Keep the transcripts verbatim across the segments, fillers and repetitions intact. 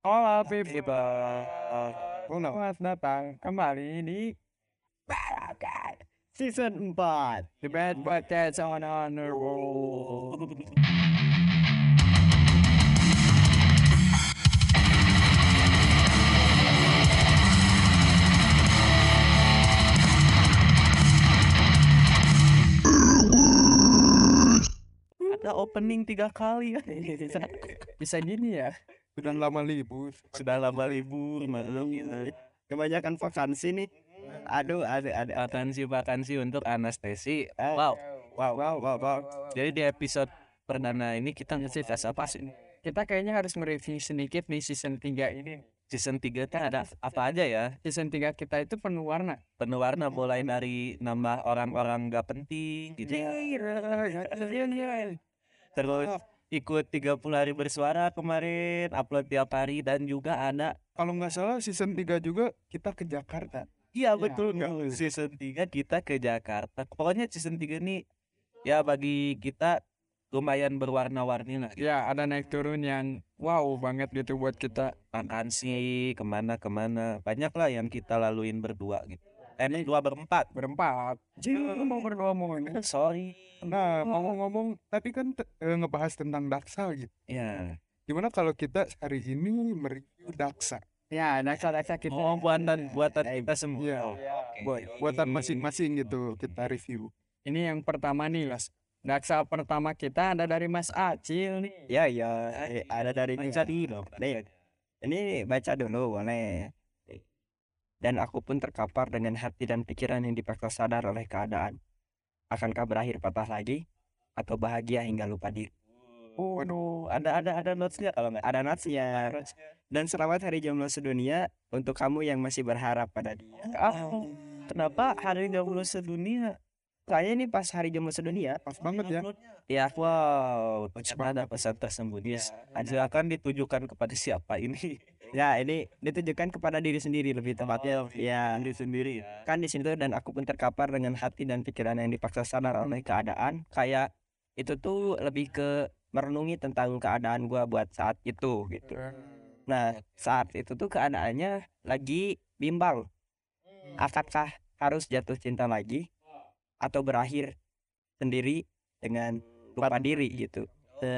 Hola people, selamat datang kembali di Barakat Season empat, The Best Podcast on the World. Ada opening tiga kali ya. Bisa gini ya. Sudah lama libur. Sudah lama libur, maklum gitu. Kebanyakan vakansi nih. Aduh, ada ada vakansi vakansi untuk anestesi. Wow, wow, wow, wow, wow. Jadi di episode perdana ini kita ngasih tes apa sih? Kita kayaknya harus mereview sedikit nih season tiga ini. Season tiga kan ada apa aja ya? Season tiga kita itu penuh warna. Penuh warna mulai dari nambah orang-orang gak penting gitu ya. Terus ikut tiga puluh hari bersuara kemarin, upload tiap hari, dan juga ada, Kalau nggak salah season tiga juga kita ke Jakarta. iya betul nggak, season tiga kita ke Jakarta. Pokoknya season tiga ini ya bagi kita lumayan berwarna-warni lah. Ya ada naik turun yang wow banget gitu buat kita. Vakansi kemana-kemana, banyak lah yang kita laluin berdua gitu. Eh, ini dua berempat. Berempat. Jadi mau berdua mau sorry. Nah, ngomong-ngomong tadi kan te- eh, ngebahas tentang Daksa gitu. Ya. Gimana kalau kita hari ini mereview Daksa? Ya, daksa-daksa kita. Oh, buatan buatan kita semua. Iya. Oke. Buat buatan masing-masing gitu kita review. Ini yang pertama nih, Mas. Daksa pertama kita ada dari Mas Acil nih. Ya ya, eh, ada dari baca dulu. Nih, ini baca dulu boleh. Dan aku pun terkapar dengan hati dan pikiran yang dipaksa sadar oleh keadaan. Akankah berakhir patah lagi atau bahagia hingga lupa diri? Waduh, ada ada ada notesnya kalau nggak? Ada natsnya. Dan selamat Hari Jomblo Sedunia untuk kamu yang masih berharap pada dia. Ah, kenapa hari jomblo sedunia? Kayaknya ini pas Hari Jomblo Sedunia. Pas banget ya. Ya, Wow, ternyata ada pesan tersembunyi. Ada akan ditujukan kepada siapa ini? ya ini ditujukan kepada diri sendiri lebih tepatnya. Ya, Diri sendiri ya. kan di situ dan aku pun terkapar dengan hati dan pikiran yang dipaksa sadar oleh keadaan. Kayak itu tuh lebih ke merenungi tentang keadaan gua buat saat itu gitu. Nah, saat itu tuh keadaannya lagi bimbang. Akankah harus jatuh cinta lagi atau berakhir sendiri dengan lupa diri gitu.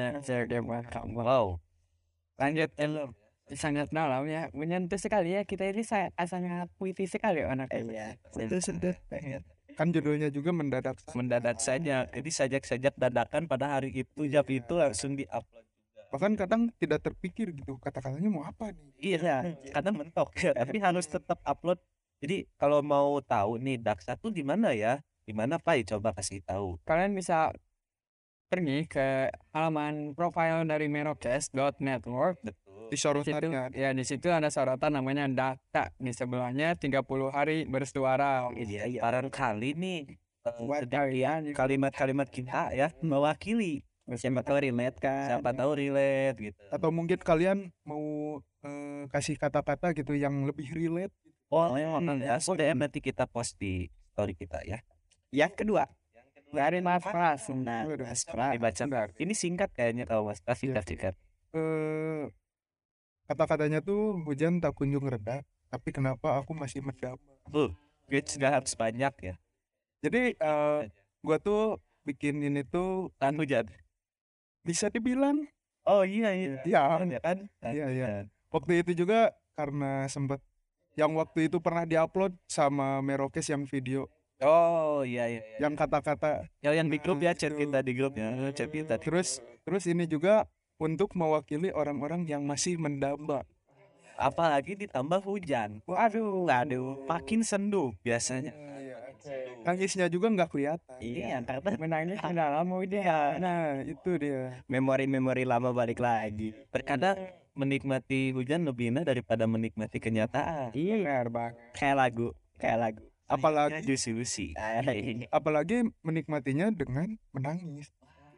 Wow, lanjut elok. Sangat dalam ya, menyentuh sekali ya, kita ini sangat sangat puitis sekali anak. Eh, ya, Itu sudah Kan judulnya juga mendadak. mendadak saja. Jadi sajak-sajak dadakan pada hari itu, jam itu langsung di-upload. Bahkan kadang tidak terpikir gitu kata-katanya mau apa nih. Iya, kadang mentok ya, tapi harus tetap upload. Jadi kalau mau tahu nih Daksa tuh di mana ya? Di mana Pak? Coba kasih tahu. Kalian bisa pergi ke halaman profile dari merokes dot network. Di Situ, sorotannya. ya di situ ada sorotan namanya Daksa. Di sebelahnya tiga puluh hari bersuara. Iya, iya. Barangkali nih eh, Buat kalian kalimat-kalimat kita ya mewakili. siapa tahu relate kan. Siapa tahu relate gitu. Atau mungkin kalian mau eh, kasih kata-kata gitu yang lebih relate. Oh, ya sudah nanti kita post di story kita ya. Yang kedua, Dari Mas Pras. Nah, Waduh. Mas Pras dibaca. Ini singkat kayaknya kalau Mas Pras Iya. singkat singkat. Eh, kata-katanya tuh hujan tak kunjung reda, tapi kenapa aku masih mendam. Uh, Gates nggak harus banyak ya. Jadi eh, gua tuh bikin ini tuh Tahan hujan. bisa dibilang Oh iya iya. ya, Ya kan? iya iya. Waktu itu juga karena sempet yang waktu itu pernah diupload sama Merokes yang video, Oh iya iya. iya. yang kata-kata. Ya, yang di grup ya, chat Itu. kita di grup ya, chat kita. Terus terus ini juga untuk mewakili orang-orang yang masih mendamba. Apalagi ditambah hujan. Waduh, waduh, makin sendu biasanya. Nangisnya juga nggak kelihatan. Iya, karena menangis di dalam udah. Nah itu dia. memori-memori lama balik lagi. Terkadang menikmati hujan lebih indah daripada menikmati kenyataan. Iya, Benar bang. kayak lagu, kayak lagu. Apalagi Juicy-juicy. apalagi menikmatinya dengan menangis.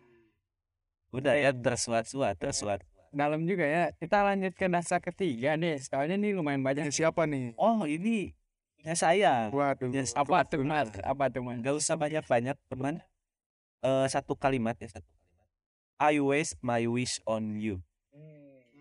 Udah ya, tersuat-suat, tersuat. Dalam juga ya. Kita lanjut ke dasar ketiga nih. Soalnya ini lumayan banyak. Ini siapa nih? Oh ini ya saya. Waduh. Yes. Apa tuh mas? Apa tuh mas? Gak usah banyak-banyak teman. Eh satu kalimat ya satu kalimat. I waste my wish on you.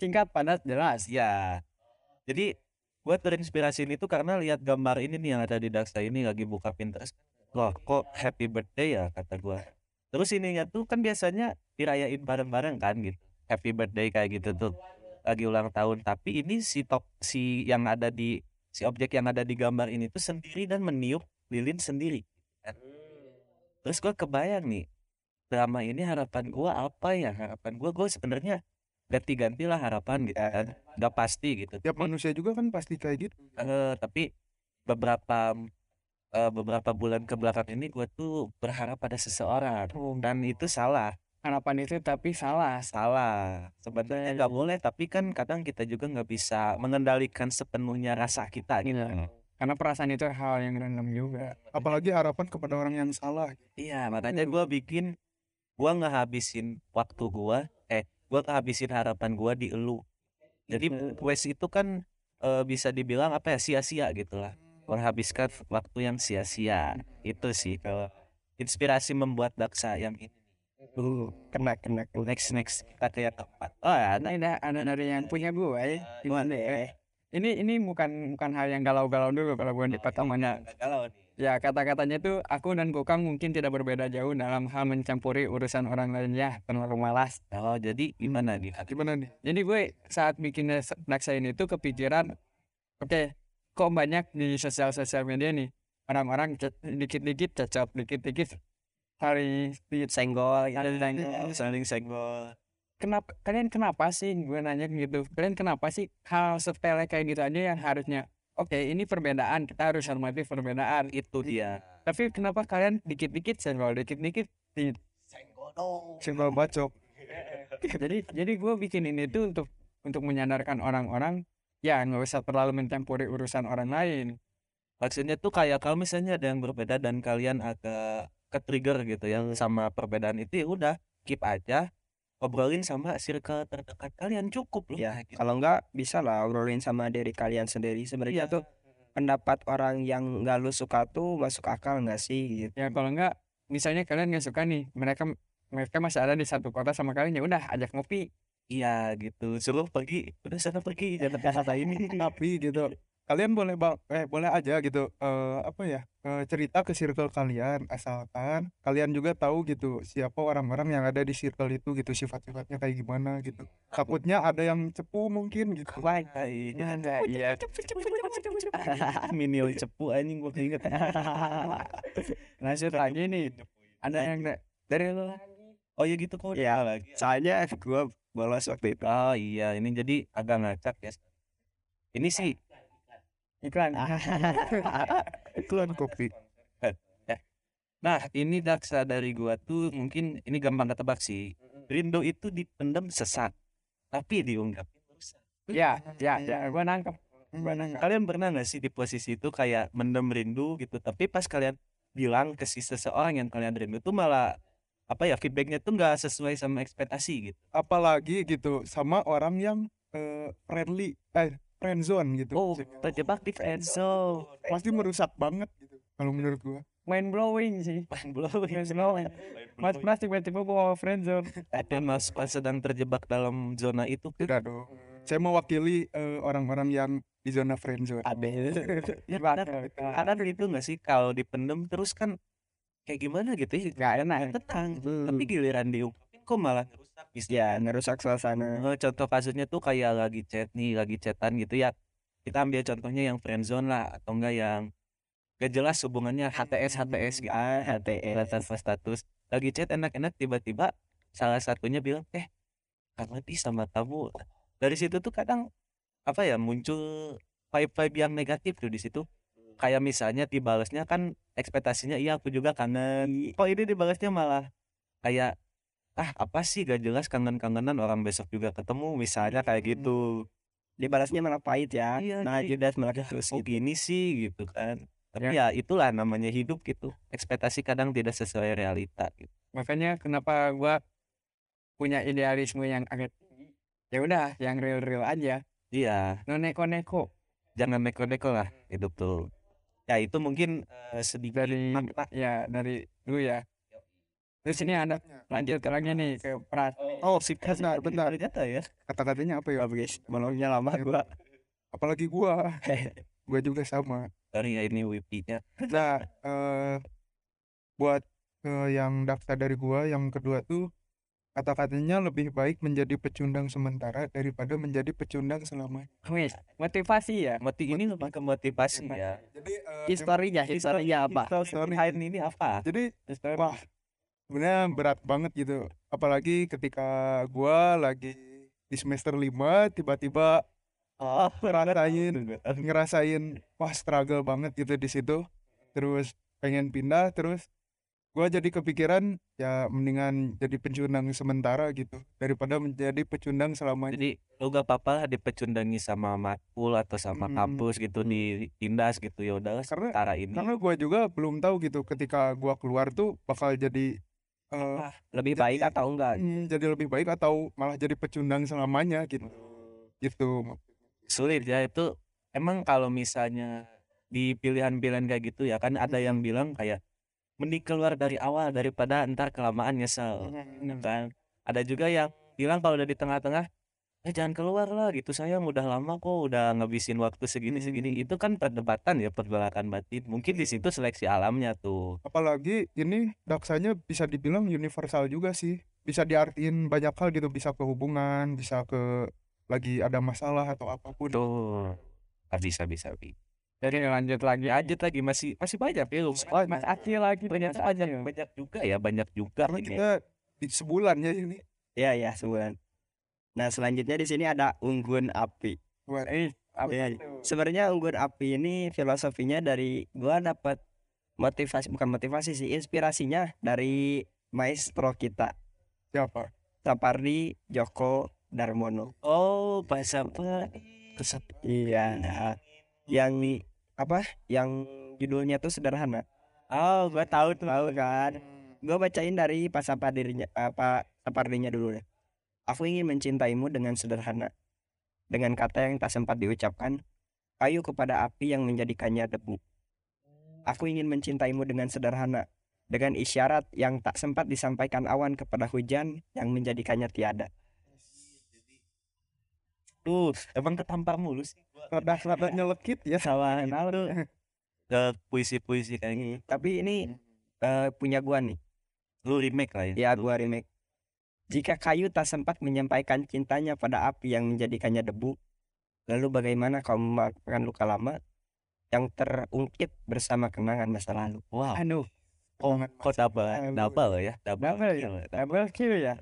singkat padat jelas. Ya. Jadi gue terinspirasi ini tuh karena lihat gambar ini nih yang ada di Daksa ini, lagi buka Pinterest. Loh, kok happy birthday ya kata gue. Terus ininya tuh kan biasanya dirayain bareng-bareng kan gitu. Happy birthday kayak gitu tuh. Lagi ulang tahun, tapi ini si top si yang ada di si objek yang ada di gambar ini tuh sendiri dan meniup lilin sendiri. Kan? Terus gue kebayang nih, drama ini harapan gue apa ya? Harapan gue gue sebenarnya ganti-ganti lah harapan gitu kan. Gak pasti gitu. Tiap manusia juga kan pasti kayak gitu. Eh, tapi beberapa eh, beberapa bulan ke belakang ini gue tuh berharap pada seseorang dan itu salah. Harapan itu tapi salah. Salah. Sebenarnya nggak boleh, tapi kan kadang kita juga nggak bisa mengendalikan sepenuhnya rasa kita gitu. Gitu. Karena perasaan itu hal yang random juga. Apalagi harapan kepada orang yang salah. Iya, makanya gue bikin, gue ngehabisin waktu gue, eh, gue kehabisin harapan gue di elu. Jadi quest itu kan eh, bisa dibilang apa ya, sia-sia gitu lah. Menghabiskan waktu yang sia-sia. Itu sih kalau inspirasi membuat Daksa yang ini. Uh, kena kena kena. Next next kita ke yang keempat. Oh ya, Nah, ada ada dari yang punya gue ya. Gimana ya? Ini ini bukan bukan hal yang galau-galau dulu kalau gue di pertamanya. kalau nih. Ya kata-katanya tuh aku dan Kokang mungkin tidak berbeda jauh dalam hal mencampuri urusan orang lain ya, terlalu malas. Oh, jadi gimana nih? Gimana nih? Jadi gue saat bikin Daksa ini tuh kepikiran, oke, kok banyak di sosial-sosial media nih orang-orang ce- dikit-dikit cocok, dikit-dikit hari speed Senggol ya. ada yang Saling senggol. kenapa kalian kenapa sih gue nanya gitu kalian kenapa sih hal sepele kayak gitu aja yang harusnya oke ini perbedaan kita harus hormati perbedaan Itu dia. tapi kenapa kalian dikit-dikit senggol dikit-dikit di- Senggol bacok. jadi jadi gue bikin ini tuh untuk untuk menyadarkan orang-orang ya nggak usah terlalu mencampuri urusan orang lain. Maksudnya tuh kayak kalau misalnya ada yang berbeda dan kalian agak ke-trigger gitu yang sama perbedaan itu, ya udah keep aja, obrolin sama circle terdekat kalian cukup loh. Ya, kayak gitu. kalau enggak bisa lah obrolin sama diri kalian sendiri. Sebenarnya Iya. tuh pendapat orang yang enggak lu suka tuh masuk akal enggak sih gitu. Ya kalau enggak misalnya kalian nggak suka nih mereka mereka masih ada di satu kota sama kalian ya udah ajak ngopi. Iya gitu, suruh pergi, udah sana pergi, jangan kata ini. Tapi gitu kalian boleh bang eh boleh aja gitu eh apa ya eh, cerita ke circle kalian asalkan kalian juga tahu gitu siapa orang-orang yang ada di circle itu gitu sifat-sifatnya kayak gimana gitu. Takutnya ada yang cepu mungkin gitu. Wah, iya enggak, iya. Minion cepu anjing, gue keinget. Lanjut lagi nih ada yang da- dari lo Oh iya gitu kok. Iya. Lagi. Soalnya gua bolos waktu itu. Oh iya, ini jadi agak ngacak ya. Ini sih iklan. Iklan kopi. Nah, ini Daksa dari gua tuh mungkin ini gampang ketebak sih. Rindu itu dipendam sesak, tapi diungkapin rusak. Ya ya ya gue nangkep gue nangkep. Kalian pernah nggak sih di posisi itu kayak mendem rindu gitu, tapi pas kalian bilang ke si seseorang yang kalian rindu tuh malah apa ya, feedbacknya tuh nggak sesuai sama ekspektasi gitu. Apalagi gitu sama orang yang eh, friendly eh friendzone gitu. Oh, terjebak di friendzone. Pasti merusak banget gitu kalau menurut gua. Mind blowing sih. Mind blowing. Mind blowing. Mas Pras tiba-tiba bawa friendzone. Dan Mas pas sedang terjebak dalam zona itu, Tidak dong. Saya mewakili eh, orang-orang yang di zona friendzone. ya kadang, kadang itu nggak sih kalau dipendem terus kan kayak gimana gitu ya, Gak enak. tenang. Hmm. Tapi giliran diungkapin kok malah ngerusak. Ya, ngerusak suasana. Eh, contoh kasusnya tuh kayak lagi chat nih, lagi chatan gitu ya. Kita ambil contohnya yang friendzone lah, atau enggak yang gak jelas hubungannya, H T S H T S gitu. Ah, H T S. Tanpa status. Lagi chat enak-enak, tiba-tiba salah satunya bilang, eh kangen nih sama kamu. Dari situ tuh kadang apa ya, muncul vibe-vibe yang negatif tuh di situ. Kayak misalnya dibalasnya kan ekspektasinya iya aku juga kangen. Kok ini dibalasnya malah kayak ah apa sih gak jelas, kangen-kangenan orang besok juga ketemu misalnya kayak gitu. Dibalasnya malah pahit ya. Iya, Nah, jadi- Judas malah terus Oh gitu. gini sih gitu kan. Tapi ya itulah namanya hidup gitu. Ekspektasi kadang tidak sesuai realita gitu. Makanya kenapa gua punya idealisme yang agak tinggi. Ya udah, yang real-real aja. Iya, No neko-neko. jangan neko-neko lah hidup tuh. Ya itu mungkin eh, sedikit Dari makna. ya dari lu ya. Di sini ada lanjut ke lagi nih ke peran. Oh sip, benar benar. Ternyata ya. Kata-katanya apa ya? Wah, guys, monolognya lama gua. Apalagi gua, gua juga sama. Sorry ya ini wipinya. Nah, eh buat eh, yang daftar dari gua yang kedua tuh kata-katanya lebih baik menjadi pecundang sementara daripada menjadi pecundang selamanya. Wis, motivasi ya. Moti ini lebih ke motivasi ya. Jadi eh, Historinya, historinya apa? Story behind ini apa? jadi wah sebenarnya berat banget gitu, apalagi ketika gua lagi di semester lima tiba-tiba Oh, ngerasain ngerasain wah struggle banget gitu di situ, terus pengen pindah, terus gua jadi kepikiran ya mendingan jadi pecundang sementara gitu daripada menjadi pecundang selamanya. Jadi lu gak apa-apa lah dipecundangi sama matkul atau sama Mm. kampus gitu di tindas gitu, ya udahlah Karena- sementara ini. Karena gua juga belum tahu gitu ketika gua keluar tuh bakal jadi eh, Lebih Jadi- baik atau enggak? mm, jadi lebih baik atau malah jadi pecundang selamanya gitu. Gitu. Sulit ya itu. Emang kalau misalnya di pilihan-pilihan kayak gitu ya kan ada yang bilang kayak mending keluar dari awal daripada ntar kelamaan nyesel kan. Ada juga yang bilang kalau udah di tengah-tengah eh jangan keluar lah gitu, sayang udah lama kok udah ngabisin waktu segini segini. Itu kan perdebatan ya, pergolakan batin. Mungkin di situ seleksi alamnya tuh. Apalagi ini daksanya bisa dibilang universal juga sih. Bisa diartiin banyak hal gitu, bisa ke hubungan, bisa ke lagi ada masalah atau apapun. Tuh ah, bisa bisa bisa. Jadi lanjut lagi aja. Lanjut lagi masih masih banyak ya lu. Mas Aki lagi banyak ternyata banyak aja. banyak juga ya, banyak juga Karena ini. kita di sebulan ya ini. Iya, ya, sebulan. Nah, selanjutnya di sini ada unggun api. Buat Eh, apa Iya, itu? sebenarnya unggun api ini filosofinya dari gua dapat motivasi, bukan motivasi sih, inspirasinya dari maestro kita, siapa? Sapardi Djoko Darmono. Oh, bahasa apa? Kesat. Iya, nah, yang apa? Yang judulnya tuh sederhana. Oh, gua tahu tuh. Tahu kan? Gua bacain dari pas Sapardinya, apa Sapardinya dulu deh. Aku ingin mencintaimu dengan sederhana, dengan kata yang tak sempat diucapkan, kayu kepada api yang menjadikannya debu. Aku ingin mencintaimu dengan sederhana, dengan isyarat yang tak sempat disampaikan awan kepada hujan yang menjadikannya tiada. Tuh, emang ketampar mulu sih. Rada-rada nyelekit ya. Sama tuh ke puisi-puisi kayak gini. Tapi ini eh, punya gua nih, Lu remake lah ya. ya gua remake. Jika kayu tak sempat menyampaikan cintanya pada api yang menjadikannya debu, lalu bagaimana kau memaafkan luka lama yang terungkit bersama kenangan masa lalu? Wow. Anu, Oh, kok double Lalu. double ya? Double. double ya? Double kill ya.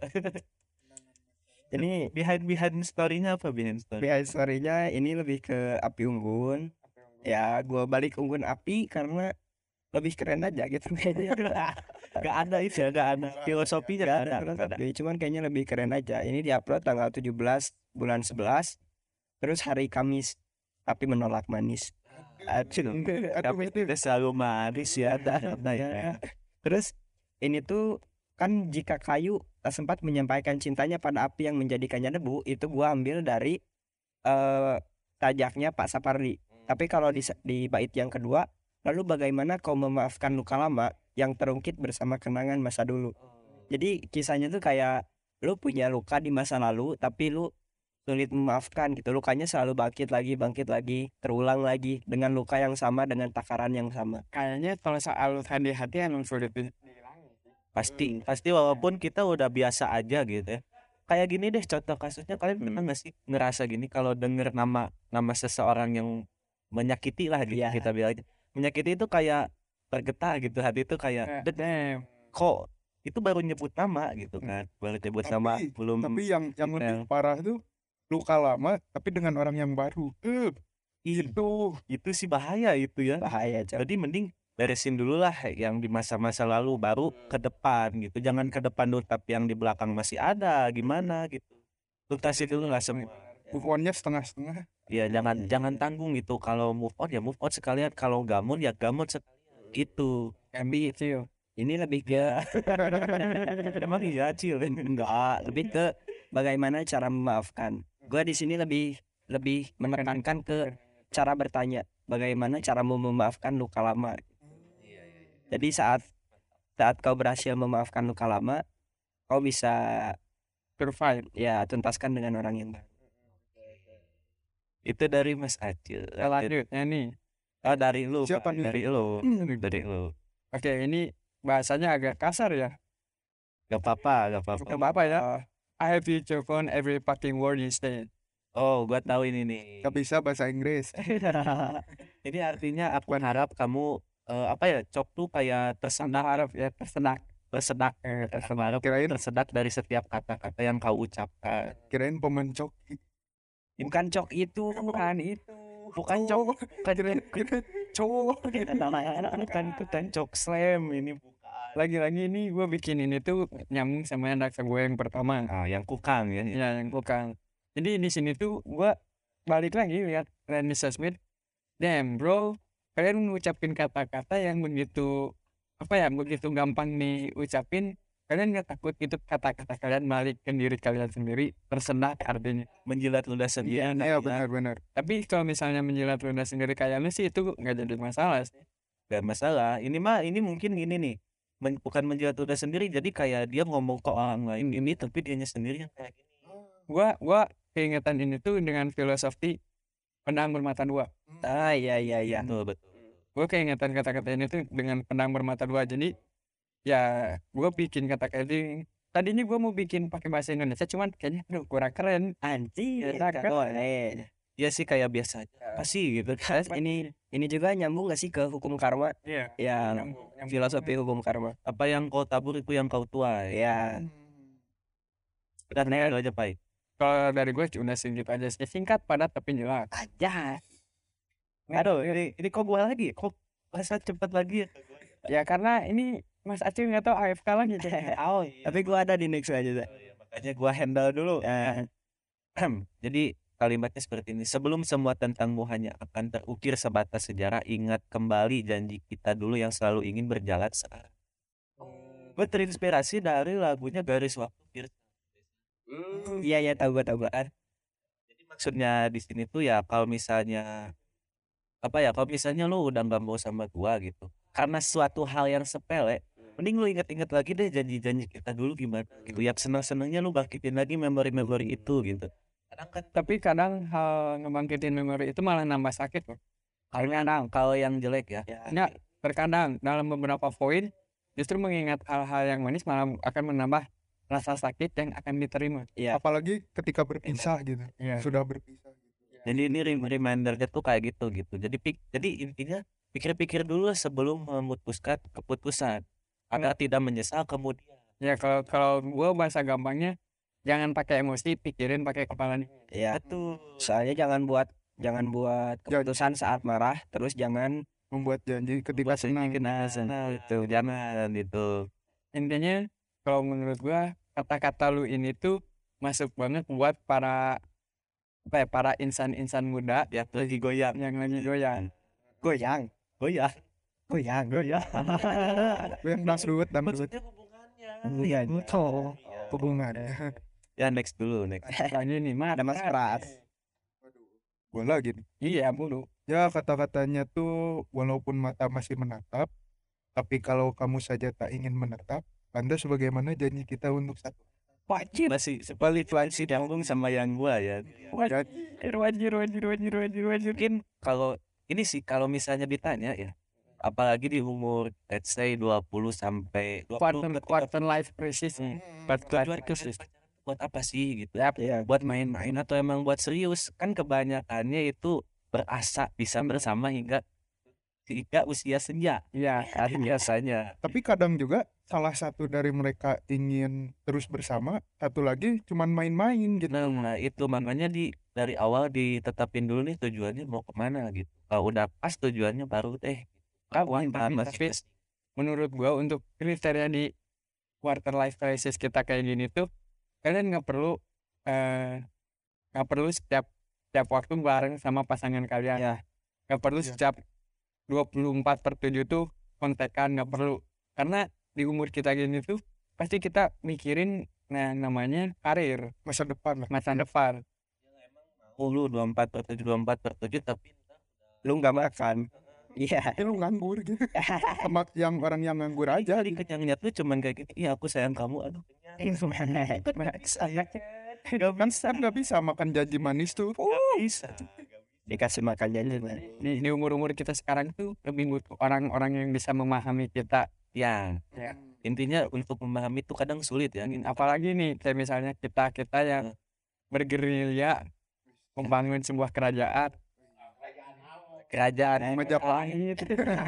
Ini Behind behind story-nya apa behind story? behind story-nya ini lebih ke api unggun. Ya, gua balik unggun api karena lebih keren aja gitu. Gak ada itu ya, gak ada filosofinya, gak ada. Gak ada. Jadi cuman kayaknya lebih keren aja. Ini diupload tanggal tujuh belas bulan sebelas. Terus hari Kamis, tapi menolak manis. Aduh, tapi itu udah selalu manis ya, ada ada ya. Terus ini tuh kan jika kayu tak sempat menyampaikan cintanya pada api yang menjadikannya debu, itu gua ambil dari eh tajaknya Pak Sapardi. Tapi kalau di, di bait yang kedua, lalu bagaimana kau memaafkan luka lama yang terungkit bersama kenangan masa dulu. Jadi kisahnya tuh kayak lu punya luka di masa lalu, tapi lu sulit memaafkan gitu. Lukanya selalu bangkit lagi, bangkit lagi, terulang lagi dengan luka yang sama, dengan takaran yang sama. Kayaknya kalau soal hati hati emang sulit di- Pasti, pasti walaupun kita udah biasa aja gitu ya. Kayak gini deh contoh kasusnya, kalian pernah nggak sih ngerasa gini kalau denger nama nama seseorang yang menyakiti lah gitu Iya. kita bilang aja. Menyakiti itu kayak bergetar gitu, hati itu kayak "Dek, Damn. kok itu baru nyebut nama gitu kan, baru nyebut Tapi- nama belum Tapi yang yang lebih parah tuh luka lama tapi dengan orang yang baru. Eh, itu itu sih bahaya itu ya. Bahaya, Cok. Jadi mending beresin dulu lah yang di masa-masa lalu, baru ke depan gitu. Jangan ke depan dulu tapi yang di belakang masih ada gimana gitu. Tuntasin dulu lah semua. Move on-nya setengah-setengah. Ya jangan jangan tanggung gitu. Kalau move on ya move on sekalian, kalau gamon ya gamon sekalian gitu. Ambi itu. Ini lebih ke Emang iya Cil. enggak, lebih ke bagaimana cara memaafkan. Gua di sini lebih lebih menekankan ke cara bertanya, bagaimana caramu memaafkan luka lama. Jadi saat saat kau berhasil memaafkan luka lama, kau bisa survive. ya tuntaskan dengan orang yang baru. Itu dari Mas Acil. Selanjutnya nih, Oh, dari lu. Siapa Pak. nih? Dari lu. Dari lu. oke ini bahasanya agak kasar ya. Gak apa-apa, gak apa-apa. Gak apa-apa ya. I have you chosen every fucking word you say. Oh, gua tahu ini nih. Gak bisa bahasa Inggris. Ini artinya aku harap kamu eh, apa ya, cok tuh kayak tersedak, Harap ya tersedak. tersedak, eh, tersedak, Kirain tersedak dari setiap kata-kata yang kau ucapkan. kirain pemencok. Bukan cok itu, Bukan itu. Bukan cok, bukan Kirain cowok. bukan bukan cok slam ini bukan. Lagi-lagi ini gue bikin ini tuh nyambung sama anak gue yang pertama. Ah, yang kukang ya. Ya yang bukan. Jadi di sini tuh gue balik lagi lihat Randy Smith. Damn bro, kalian ngucapin kata-kata yang begitu apa ya, begitu gampang diucapin. Kalian nggak takut gitu kata-kata kalian balik ke diri kalian sendiri, tersedak artinya. Menjilat ludah sendiri. Iya benar-benar. Tapi kalau misalnya menjilat ludah sendiri kayak lu sih itu nggak jadi masalah sih. Gak masalah. Ini mah ini mungkin gini nih. Men, bukan menjilat ludah sendiri, jadi kayak dia ngomong ke orang lain ini tapi dianya sendiri yang kayak gini. Gua gua keingetan ini tuh dengan filosofi pedang bermata dua. ah iya iya iya. Betul, betul. Gue keingetan kata-kata ini tuh dengan pedang bermata dua. Jadi ya gue bikin kata-kata ini. Tadinya gue mau bikin pakai bahasa Indonesia, cuman kayaknya aduh kurang keren. Anjir, Ya, nggak boleh. Ya sih kayak biasa aja. Apa sih gitu kan? Ini ini juga nyambung gak sih ke hukum karma? Iya. Ya, Yang- yang- filosofi hukum karma. Apa yang kau tabur itu yang kau tuai. Ya, Dan itu aja, Pai. Kalau dari gue udah segitu aja sih, singkat padat tapi jelas. aja. Aduh, ini ini kok gua lagi? Kok bahasa cepat lagi ya? Ya karena ini Mas Acil nggak tahu A F K lagi. Oh, tapi gua ada di next aja. Zak. Makanya gua handle dulu. Ya, Jadi kalimatnya seperti ini. Sebelum semua tentangmu hanya akan terukir sebatas sejarah, ingat kembali janji kita dulu yang selalu ingin berjalan searah. Gue terinspirasi dari lagunya Garis Waktu Fierce. iya iya tahu gua tahu gua. Jadi maksudnya di sini tuh ya kalau misalnya apa ya, kalau misalnya lu udah nggak mau sama gua gitu, karena suatu hal yang sepele, mending lu inget-inget lagi deh janji-janji kita dulu gimana gitu. Yang seneng-senengnya lu bangkitin lagi memori-memori itu gitu. Kadang kan Tapi kadang hal ngebangkitin memori itu malah nambah sakit loh. kadang kalau yang jelek ya. Ya, terkadang dalam beberapa poin justru mengingat hal-hal yang manis malah akan menambah rasa sakit yang akan diterima. Iya. Apalagi ketika berpisah gitu. Iya. Sudah berpisah gitu. Jadi ini rem- remindernya tuh kayak gitu gitu. Jadi pik, jadi intinya pikir-pikir dulu sebelum memutuskan keputusan agar tidak menyesal kemudian. Ya kalau kalau gue bahasa gampangnya jangan pakai emosi, pikirin pakai kepala nih. Iya. Betul. Soalnya jangan buat jangan buat keputusan saat marah, terus jangan Membuat janji ketika senang. Nah, nah, itu jangan itu. Intinya kalau menurut gue kata-kata lu ini tuh masuk banget buat para apa ya, para insan-insan muda Ya lagi goyang, yang lagi goyang. goyang, goyang. goyang, goyang. Yang dangdut dan Maksudnya hubungannya. Iya, betul. hubungan. Ya next dulu next. Lagi nih mah Ada mas keras. Gue lagi nih. Iya mulu. Ya kata-katanya tuh walaupun mata masih menatap, tapi kalau kamu saja tak ingin menatap, lantas bagaimana janji kita untuk satu? Wajib. Masih sekali masih nyambung sama yang gua ya. Wajib. Wajib. Wajib. Wajib. Wajib. Wajib. Mungkin kalau ini sih kalau misalnya ditanya ya, apalagi di umur let's say dua puluh sampai dua puluh Quarter ke tiga puluh, quarter life crisis nih. Quarter tujuan life crisis. pacaran buat apa sih gitu? Iya. Buat main-main atau emang buat serius? Kan kebanyakannya itu berasa bisa bersama hingga hingga usia senja. Iya. Kan biasanya. Tapi kadang juga salah satu dari mereka ingin terus bersama, satu lagi cuman main-main gitu. Nah, nah, itu makanya di dari awal ditetapin dulu nih tujuannya mau kemana gitu. Kalau udah pas tujuannya baru deh. Kawan Tapi- mas tapi menurut gua untuk kriteria di quarter life crisis kita kayak gini tuh kalian nggak perlu eh, nggak perlu setiap setiap waktu bareng sama pasangan kalian Ya. nggak perlu Ya. setiap dua puluh empat per tujuh tuh kontekan, nggak perlu, karena di umur kita gini tuh pasti kita mikirin nah namanya karir, Masa depan lah. masa depan. lu dua puluh empat per tujuh dua puluh empat per tujuh tapi Lu nggak makan. Iya. lu nganggur gitu. Sama yang orang yang nganggur aja. Jadi kenyangnya tuh cuman kayak gitu. Iya aku sayang kamu. Aduh kenyang. Sayang. Gak bisa, gak bisa makan janji manis tuh. Gak bisa. Dikasih makan janji. Di, di umur-umur kita sekarang tuh lebih butuh orang-orang yang bisa memahami kita. Ya. Ya. Intinya untuk memahami itu kadang sulit ya. Apalagi nih kayak misalnya kita kita yang bergerilya membangun sebuah kerajaan. Kerajaan Majapahit.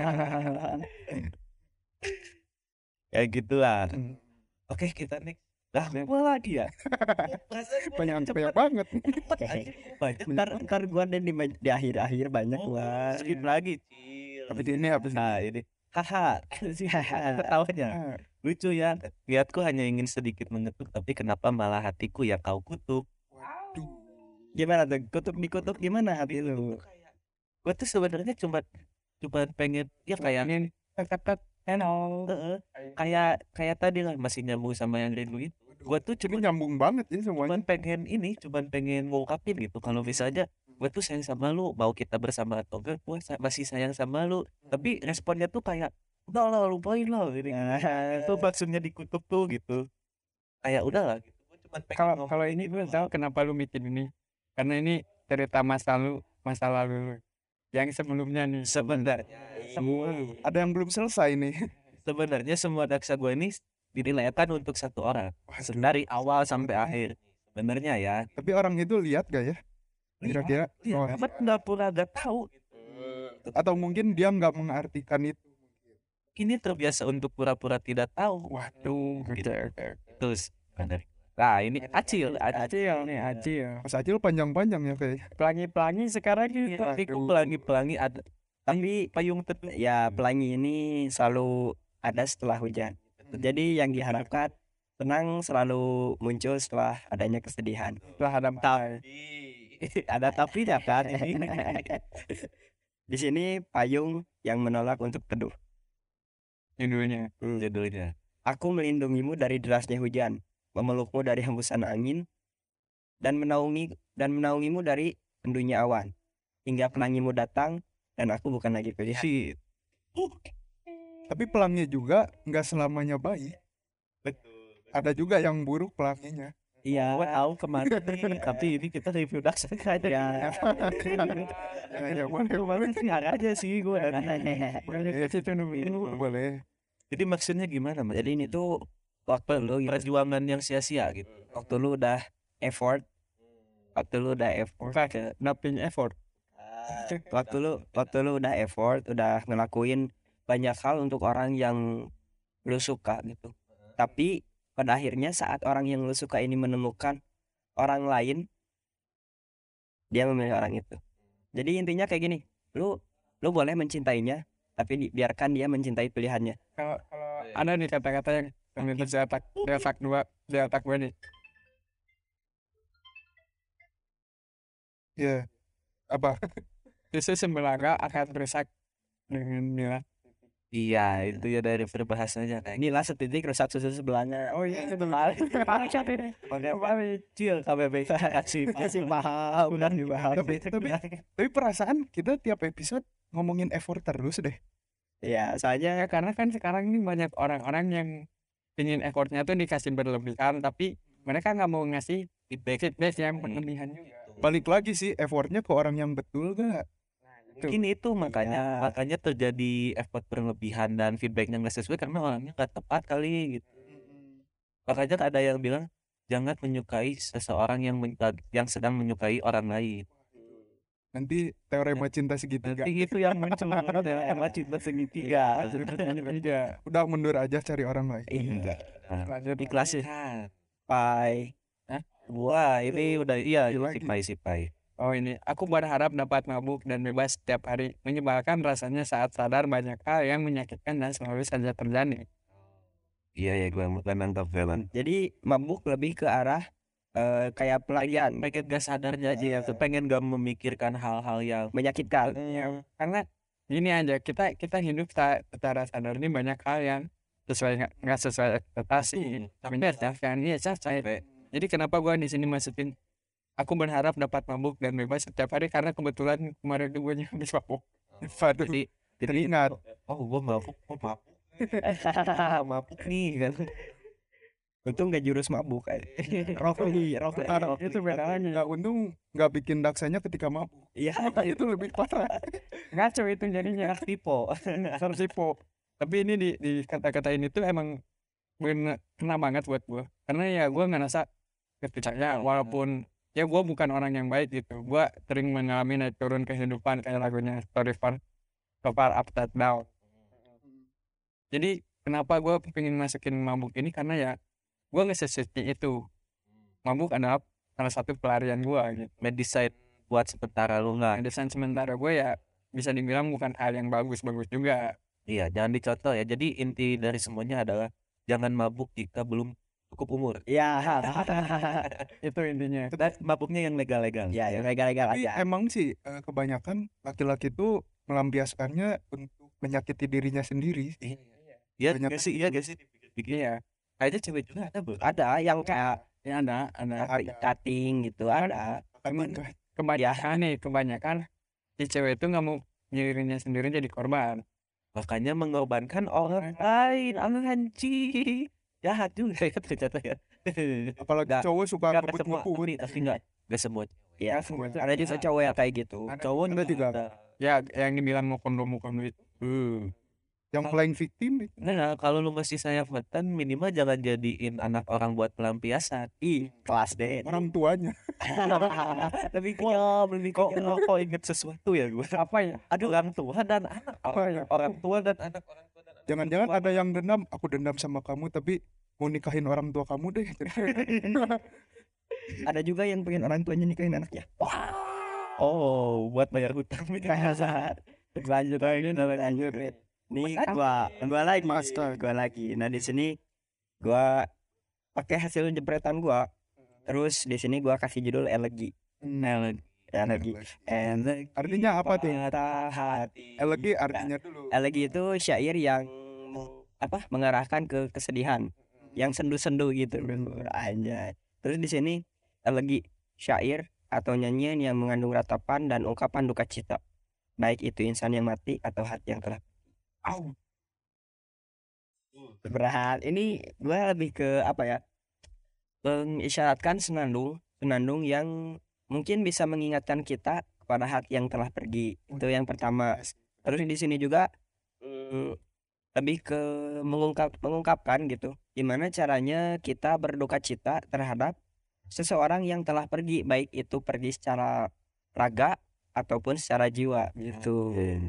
kayak gitulah. Hmm. Oke kita nih. Lah apa lagi ya? Banyak banyak banget. Banyak. Ntar ntar gua deh di, di akhir-akhir banyak Oh, gua. skip lagi. Cil. Tapi ini apa sih? Nah ini. Haha. Ketawanya. Ah, Lucu ya. Lihatku hanya ingin sedikit mengetuk, tapi kenapa malah hatiku ya kau kutuk? waduh. Gimana tuh? Kutuk dikutuk gimana hati lu? Gue tuh sebenarnya cuma cuma pengen ya kayak Ini tek-tek hello. Heeh. kayak kayak tadi lah masih nyambung sama yang rindu itu. Gue tuh Ini cuma nyambung banget ya semuanya. cuman pengen ini, cuman pengen ngungkapin gitu. Kalau misalnya gue tuh sayang sama lu, mau kita bersama atau enggak, gue sa- masih sayang sama lu. Tapi responnya tuh kayak udah lah lupain lah gitu. Itu maksudnya dikutuk tuh gitu. Kayak udah lah gitu. Gue cuman pengen Kalau ngomong kalau ini gue tahu kenapa lu bikin ini. Karena ini cerita masa lalu, masa lalu lu. Yang sebelumnya nih. sebenarnya semua Ada yang belum selesai nih. sebenarnya semua daksa gue ini dinilaykan untuk satu orang dari awal sampai akhir sebenarnya ya. Tapi orang itu lihat gak ya? Kira-kira. Oh, Iya, nggak pernah nggak tahu. atau mungkin dia nggak mengartikan itu. Ini terbiasa untuk pura-pura tidak tahu. Waduh, gitu. Terus benar. Nah ini acil, acil. Acil nih, acil. Mas Acil panjang-panjang ya kayak. Pelangi-pelangi sekarang Iya, gitu. tapi kok pelangi-pelangi ada Tapi payung teduh. ya pelangi ini selalu ada setelah hujan. Jadi yang diharapkan tenang selalu muncul setelah adanya kesedihan. Setelah ada Ada tapinya kan ini. Di sini payung yang menolak untuk teduh. judulnya. Judulnya. Aku melindungimu dari derasnya hujan, memelukmu dari hembusan angin, dan menaungi dan menaungimu dari endunya awan, hingga pelangimu datang dan aku bukan lagi pilihan. Si Tapi pelangi juga nggak selamanya baik. Ada juga yang buruk pelanginya. Iya. gua tahu kemarin tapi ini kita review daksa aja. Ya. Ya, boleh, Kemarin dengar aja sih gue. boleh. Boleh. Jadi maksudnya gimana Mas? Jadi ini tuh waktu lu gitu, Perjuangan yang sia-sia gitu. waktu lu udah effort, waktu lu udah effort, ke- Nothing effort. waktu lu waktu lu udah effort, udah ngelakuin banyak hal untuk orang yang lu suka gitu. Tapi pada akhirnya saat orang yang lu suka ini menemukan orang lain, dia memilih orang itu. Jadi intinya kayak gini, lu lu boleh mencintainya, tapi di- biarkan dia mencintai pilihannya. Kalau kalau ada nih kata-kata yang terlintas di otak, di otak dua, di otak gue nih. Ya. Apa? Susu sembelaga akan rusak dengan nila. Iya, itu ya dari perbahasannya kayak Inilah setitik rusak susu sebelahnya. Oh iya, itu balik. Bangsat ini. Balik. kecil K B B kasih Kasih paham, udah dibahas. Tapi, tapi, tapi perasaan kita tiap episode ngomongin effort terus deh. Ya, soalnya Ya karena kan sekarang ini banyak orang-orang yang ingin effortnya tuh dikasih berlebihan, tapi mereka nggak mau ngasih feedback. feedback yang berlebihan juga. Balik lagi sih effortnya ke orang yang betul gak? Mungkin itu makanya Ya. makanya terjadi effort berlebihan dan feedbacknya nggak sesuai karena orangnya nggak tepat kali gitu. Makanya ada yang bilang jangan menyukai seseorang yang men- yang sedang menyukai orang lain. Nanti teorema cinta segitiga. Nanti itu yang muncul sama cinta segitiga. Iya. Udah mundur aja cari orang lain. Enggak. Lanjut. Ikhlasin. pai. Wah, ini udah iya Lagi. sipai sipai. Oh ini, aku berharap dapat mabuk dan bebas setiap hari, menyebalkan rasanya saat sadar banyak hal yang menyakitkan dan selalu saja terjadi. Iya ya gue bukan nangkap film. Jadi mabuk lebih ke arah eh, kayak pelarian, Pengen gak sadarnya aja ya, tuh pengen gak memikirkan hal-hal yang menyakitkan. Iya, karena gini aja, kita kita hidup sa- secara sadar ini banyak hal yang sesuai nggak nggak sesuai ekspektasi. Tapi ya kan, iya saya. Jadi kenapa gua di sini masukin aku berharap dapat mabuk dan bebas setiap hari karena kebetulan kemarin gue habis mabuk. Waduh. Jadi Jadi teringat. oh gue mabuk, gue mabuk, mabuk nih kan. Untung gak jurus mabuk. Rocky, Rocky, Rocky. Itu beda lagi. Nggak, untung nggak bikin daksanya ketika mabuk. Iya. Itu lebih parah. Ngaco itu jadinya. Tipe. Tersipo. Tapi ini di di kata-kata ini tuh emang bener kena banget buat gue, karena ya gue ngerasa ketika walaupun ya gue bukan orang yang baik gitu, gue sering mengalami naik turun kehidupan kayak lagunya Story Far So Far Up That Down. Jadi kenapa gue pengen masukin mabuk ini, karena ya gue nge-safety itu mabuk adalah salah satu pelarian gue gitu. Medicine buat sementara lu nggak. Desain sementara gue ya bisa dibilang bukan hal yang bagus-bagus juga. Iya, jangan dicontoh ya. Jadi inti dari semuanya adalah jangan mabuk jika belum cukup umur. Iya. Itu intinya. Dan mabuknya yang legal-legal. Ya, yang legal-legal Tapi aja. emang sih eh, kebanyakan laki-laki itu melampiaskannya untuk menyakiti dirinya sendiri. Iya, Banyak- gak sih, iya gak sih. Dipikir. Iya, Kayaknya cewek juga ada bro. Ada yang kayak ya ada, ada. Ada. cutting gitu, ada. Cuman Kan- kebanyakan nih, kebanyakan si cewek itu nggak mau dirinya sendiri jadi korban. Makanya mengorbankan orang lain. Anjing. Jahat juga ya ternyata ya. Apalagi Nggak- cowok suka Gak ke semua, ngebut-ngebut. tapi tapi gak, gak semua. Ya, Nggak semua. ada juga cowok yang kayak gitu. Ada- Cowok ada juga. ada. Ya yang dibilang mau kondom mau kondom itu. Hmm. Yang playing victim itu. Nah, kalau lu masih sayang mantan, minimal jangan jadiin anak orang buat pelampiasan. Ih, kelas D. Orang tuanya. Lebih kok, lebih kok, kok inget sesuatu ya gue. Apa ya? Aduh, orang tua dan anak. Apa ya? Orang tua dan anak orang tua dan anak. Jangan-jangan ada yang dendam. Aku dendam sama kamu tapi mau nikahin orang tua kamu deh. Ada juga yang pengen orang tuanya nikahin anaknya. Oh, buat bayar hutang. Kayak saat lanjut lagi, lanjut. Nih gua, gua lagi master, gua lagi. Nah di sini gua pakai hasil jepretan gua. Terus di sini gua kasih judul elegi. Elegi. Elegi. Elegi. Artinya apa tuh? Patah hati. Elegi artinya dulu. Elegi itu syair yang apa? Mengarahkan ke kesedihan, yang sendu-sendu gitu. Anjay. Terus di sini elegi syair atau nyanyian yang mengandung ratapan dan ungkapan duka cita, baik itu insan yang mati atau hati yang telah. Au. Berat. Ini gue lebih ke apa ya? Mengisyaratkan senandung, senandung yang mungkin bisa mengingatkan kita kepada hati yang telah pergi. Itu yang pertama. Terus di sini juga mm, lebih ke mengungkap mengungkapkan gitu. Gimana caranya kita berduka cita terhadap seseorang yang telah pergi, baik itu pergi secara raga ataupun secara jiwa gitu.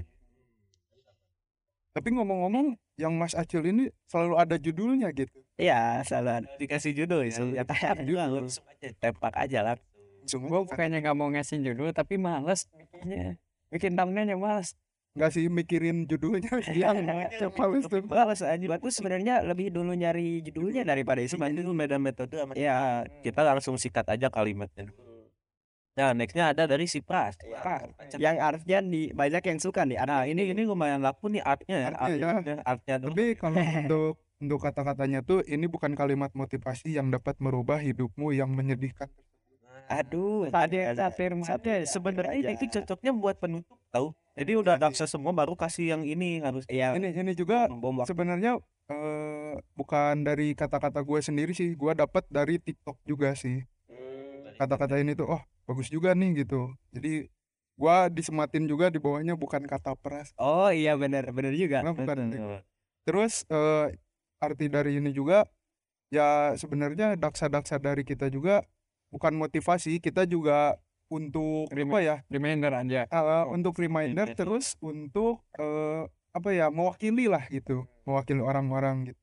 Tapi ngomong-ngomong, yang Mas Acil ini selalu ada judulnya gitu. Iya, salah. Dikasih judul ya. Ya tembak juga langsung aja. Tembak aja lah. Langsung Gue aja. bukannya nggak mau ngasih judul, tapi males bikinnya. Bikin thumbnailnya males. Nggak sih mikirin judulnya. Yang males tuh. Balas aja. Aku sebenarnya lebih dulu nyari judulnya daripada isi. Cuma itu beda metode sama Ya, kita langsung sikat aja kalimatnya. Nah, nextnya ada dari si Pras. Pak, yang artnya di banyak yang suka nih. Nah, ini ini lumayan laku nih artnya ya. Artnya, ya. Artnya, artnya tuh. Tapi kalau untuk untuk kata-katanya tuh ini bukan kalimat motivasi yang dapat merubah hidupmu yang menyedihkan. Aduh, Tadi satir Ada sebenarnya ini itu cocoknya buat penutup tahu. Jadi udah daksa semua baru kasih yang ini harus. Iya, Ini ini juga bom waktu. sebenarnya eh, bukan dari kata-kata gue sendiri sih, gue dapat dari TikTok juga sih. Kata-kata ini tuh, oh bagus juga nih gitu. Jadi gue disematin juga di bawahnya bukan kata peras. Oh iya benar, benar juga. Karena bukan. Terus eh, arti dari ini juga ya sebenarnya daksa-daksa dari kita juga bukan motivasi, kita juga untuk apa ya? reminder aja. Uh, untuk reminder terus untuk uh, apa ya mewakili lah gitu, mewakili orang-orang gitu.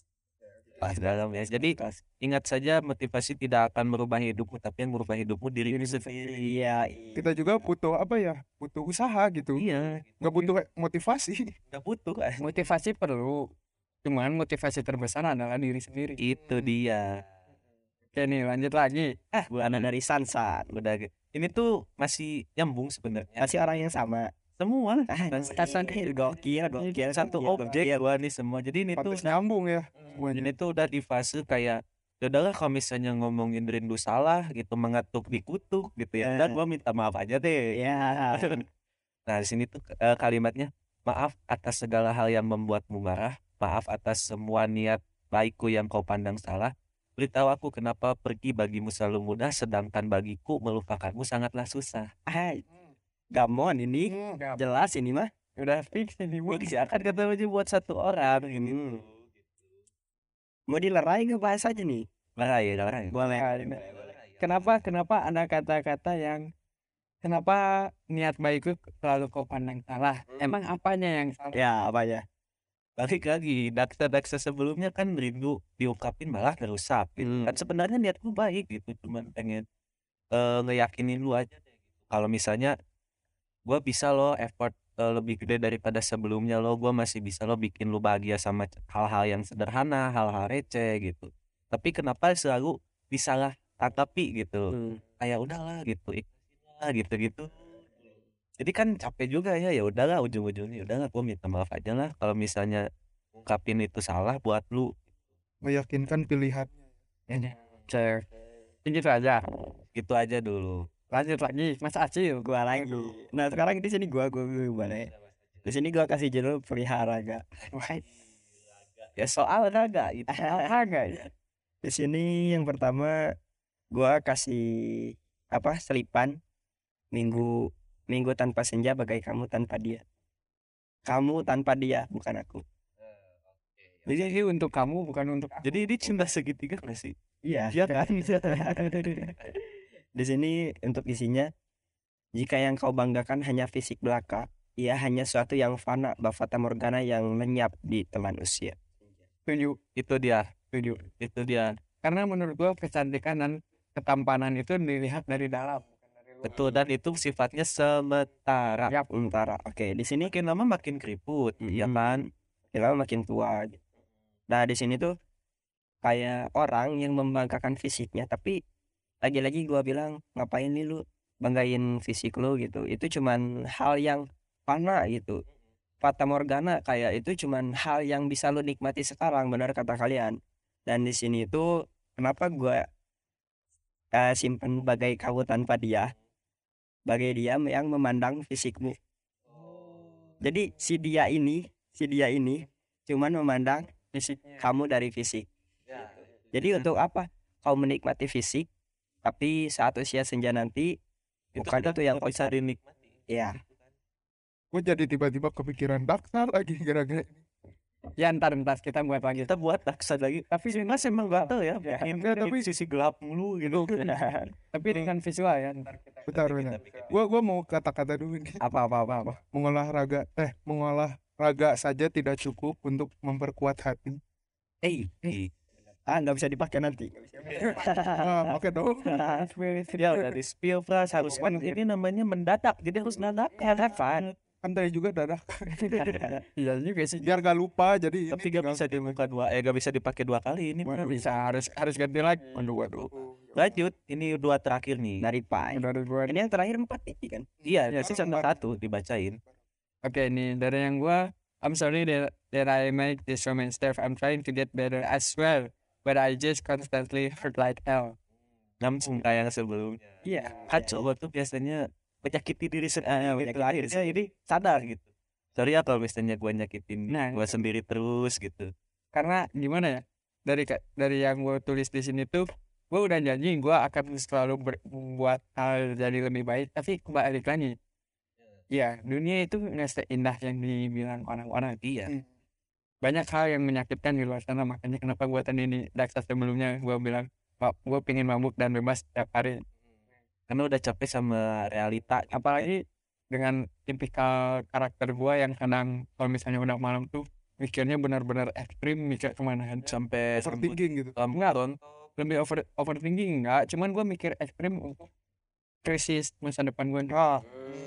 Pas dalam ya. Jadi ingat saja motivasi tidak akan merubah hidupmu, tapi yang merubah hidupmu diri sendiri. Iya, Kita juga butuh apa ya, butuh usaha gitu, Iya, nggak butuh motivasi. nggak butuh. eh. Motivasi perlu, cuman motivasi terbesar adalah diri sendiri. Itu dia. Oke nih lanjut lagi. ah, bukan dari Sansan. Udah. Ini tuh masih nyambung sebenarnya. Masih orang yang sama. Semua. Ah, Kasan gokil, gokil. Satu Gokil, objek gokil. gua nih semua. Jadi ini tuh Pantes nyambung ya semuanya. ini tuh udah di fase kayak ya udahlah kalau misalnya ngomongin rindu salah gitu, mengetuk dikutuk gitu ya. Dan gua minta maaf aja deh. Ya, Nah, di sini tuh eh, kalimatnya Maaf atas segala hal yang membuatmu marah. Maaf atas semua niat baikku yang kau pandang salah. Beritahu aku kenapa pergi bagimu selalu mudah, sedangkan bagiku melupakanmu sangatlah susah. Hai, gamon ini Hmm. jelas ini mah. Udah fix ini bu. Akan kata aja buat satu orang ini. Hmm. Mau dilerai nggak bahas aja nih? Lah ya, lah ya. Boleh. Kenapa kenapa ada kata-kata yang kenapa niat baikku selalu kau pandang salah? Emang apanya yang salah? Ya apa ya? Balik lagi, daksa-daksa sebelumnya kan rindu diungkapin malah ngerusak gitu. Hmm. Kan sebenarnya niatku baik gitu, cuman pengen eh, ngeyakinin lu aja deh gitu. Kalau misalnya gua bisa lo effort eh, lebih gede daripada sebelumnya lo, gua masih bisa lo bikin lu bahagia sama c- hal-hal yang sederhana, hal-hal receh gitu. Tapi kenapa selalu disalah tanggapi gitu? Hmm. Kayak udahlah gitu, ikhlasin lah gitu-gitu. Jadi kan capek juga ya, ya udahlah ujung-ujungnya udahlah gua minta maaf aja lah kalau misalnya ungkapin itu salah buat lu. Meyakinkan pilihan. Sure. Gitu aja. Gitu aja dulu. Lanjut lagi, Mas Acil. Gua lagi. Nah sekarang di sini gua gua, gua boleh. Di sini gua kasih judul pelihara gak. Wah, Ya soal naga itu. agak ya. Di sini yang pertama gua kasih apa selipan minggu minggu tanpa senja bagai kamu tanpa dia. Kamu tanpa dia bukan aku. Jadi ini untuk kamu bukan untuk aku. Jadi ini cinta segitiga gak sih? Iya. Iya kan? Di sini untuk isinya, jika yang kau banggakan hanya fisik belaka, ia hanya suatu yang fana, fata morgana yang lenyap di telan usia. Setuju, Itu dia, setuju. itu dia. Karena menurut gua kecantikan dan ketampanan itu dilihat dari dalam. Betul, dan itu sifatnya sementara. Yap. Sementara, oke di sini Makin lama makin keriput, ya kan? makin lama makin tua. gitu. Nah di sini tuh kayak orang yang membanggakan fisiknya, tapi lagi-lagi gua bilang ngapain nih lu banggain fisik lu gitu. Itu cuman hal yang fana gitu. Fata morgana kayak itu cuman hal yang bisa lu nikmati sekarang, benar kata kalian. Dan di sini itu kenapa gua eh, simpan bagai kamu tanpa dia, bagai dia yang memandang fisikmu. Jadi si dia ini, si dia ini cuman memandang Fisiknya. kamu dari fisik. Jadi untuk apa kau menikmati fisik, tapi saat usia senja nanti bukan sudah itu yang kau bisa cari. dinikmati. Ya, Gue jadi tiba-tiba kepikiran Daksa lagi gara-gara ini. Ya ntar ntar kita buat lagi. Kita buat daksa lagi. Tapi sih mas emang gak tau ya. Ya, Bikin, enggak, tapi tapi- sisi gelap mulu gitu. Tapi dengan visual ya ntar kita. Bentar, bentar. Gue gua mau kata-kata dulu nih. apa apa apa apa. Mengolah raga, eh mengolah raga saja tidak cukup untuk memperkuat hati. Eh, Ih, ah nggak bisa dipakai nanti. Ah, oke dong. ya udah di spill Pras, harus kan ini namanya mendadak. Jadi harus dadakan. Kan tadi juga dadah. Iya juga sih. Biar gak lupa jadi. Tapi gak bisa dibuka dua, eh gak bisa dipakai dua kali ini. Mana bisa harus harus ganti lagi. Waduh, waduh. Lanjut, ini dua terakhir nih. Dari Pai. Udah ada dua. Ini yang terakhir empat ini kan. Iya, Ya, sih satu satu dibacain. Oke nih dari yang gua, I'm sorry that, that I make this romance stuff. I'm trying to get better as well, but I just constantly hurt like hell. Langsung kayak sebelumnya. Iya. Kan cowok tuh biasanya menyakiti diri sendiri. Ah, gitu. menyakiti Akhirnya ini sadar gitu. Sorry ya kalau misalnya gue nyakitin Nah. gue sendiri terus gitu. Karena gimana ya? Dari ka- dari yang gue tulis di sini tuh, gue udah janji gue akan selalu ber- membuat hal jadi lebih baik. Tapi balik lagi, ya dunia itu nggak seindah yang dibilang orang-orang. Iya. Hmm. Banyak hal yang menyakitkan di luar sana. Makanya kenapa gue tadi ini Daksa sebelumnya gue bilang, Pak, gue pengen mabuk dan bebas setiap hari. Karena udah capek sama realita. Apalagi dengan tipikal karakter gue yang kadang kalau misalnya udah malam tuh mikirnya benar-benar ekstrim, mikir kemana Sampai Overthinking gitu. kamu Enggak. nonton. lebih over overthinking enggak, cuman gue mikir ekstrim untuk krisis masa depan gue. Oh.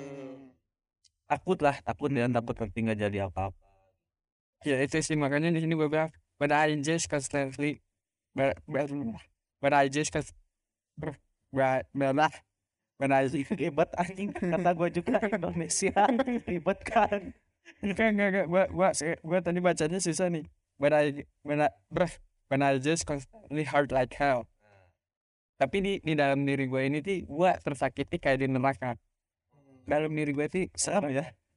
Takut lah, takut ya, takut nanti nggak jadi apa-apa. Ya itu sih makanya di sini gue bilang, but I just constantly but, but, but I just cons but, but, but, but I Ribet anjing, kata gue juga Indonesia ribet kan. enggak enggak enggak gue gue gue tadi bacanya susah nih, but I but I, but I just constantly hurt like hell. Tapi di di dalam diri gue ini sih gue tersakiti kayak di neraka. Dalam diri gue sih Serem ya.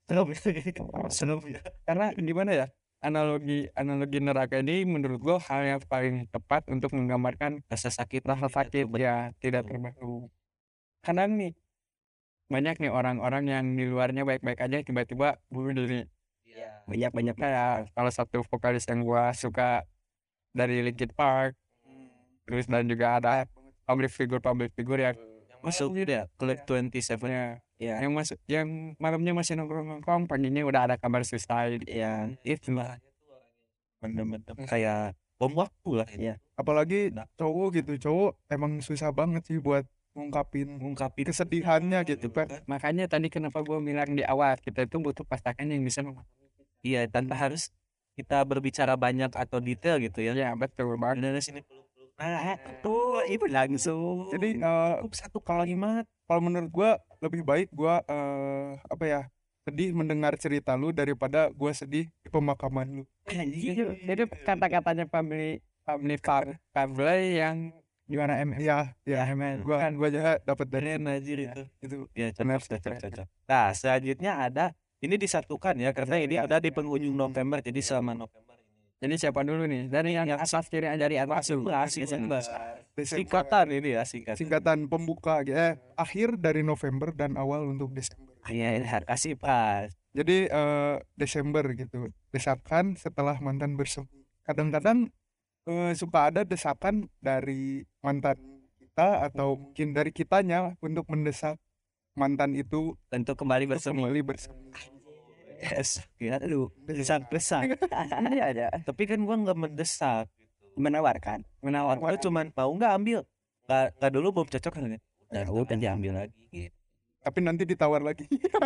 serem serem ya. Karena gimana ya, analogi analogi neraka ini menurut gua hal yang paling tepat untuk menggambarkan Rasa sakit rasa sakit ya tidak terbatas. Kadang nih banyak nih orang-orang yang di luarnya baik-baik aja tiba-tiba bunuh diri. banyak banyak Kayak salah satu vokalis yang gua suka dari Linkin Park, terus dan juga ada public figure public figure yang masuk ya Club dua puluh tujuh ya, ya yang masuk yang malamnya masih nongkrong-nongkrong, paginya udah ada kabar suicide. ya itu lah bener-bener kayak bom waktu lah Iya. Apalagi Nah. cowok gitu, cowok emang susah banget sih buat ngungkapin ngungkapin kesedihannya gitu kan. Makanya tadi kenapa gua bilang di awal kita itu butuh pasangan yang bisa mem- iya tanpa harus kita berbicara banyak atau detail gitu ya. ya betul banget. Dari sini peluk-peluk. Nah, tuh itu langsung. Jadi eh, cukup satu kalimat. kalau menurut gua lebih baik gua eh, apa ya, sedih mendengar cerita lu daripada gua sedih di pemakaman lu. Itu, itu kata-katanya Pabli Pabli Far Pabli yang juara M M. Iya, iya. Gua gua aja dapat dari Keren anjir itu. itu. Ya, Benar, cocok, cocok, cocok. Nah, selanjutnya ada ini disatukan ya karena ini ada di penghujung November jadi selama November ini. Jadi siapa dulu nih? Dari yang atas kiri dari atas dulu. Asik Desember. Desember. Singkatan ini ya singkatan. Singkatan pembuka eh akhir dari November dan awal untuk Desember. Iya, kasih pas. Jadi eh, Desember gitu, desakan setelah mantan bersemi. Kadang-kadang eh, suka ada desakan dari mantan kita atau mungkin dari kitanya untuk mendesak mantan itu Untuk kembali bersemi. kembali bersemi. Yes. Ya, Aduh, desak-desak. Iya ada. tapi kan gua nggak mendesak. Menawarkan. Menawarkan gua cuman mau nggak ambil. Nggak nggak dulu belum cocok kan ya. Dan udah diambil lagi gitu. Tapi nanti ditawar lagi.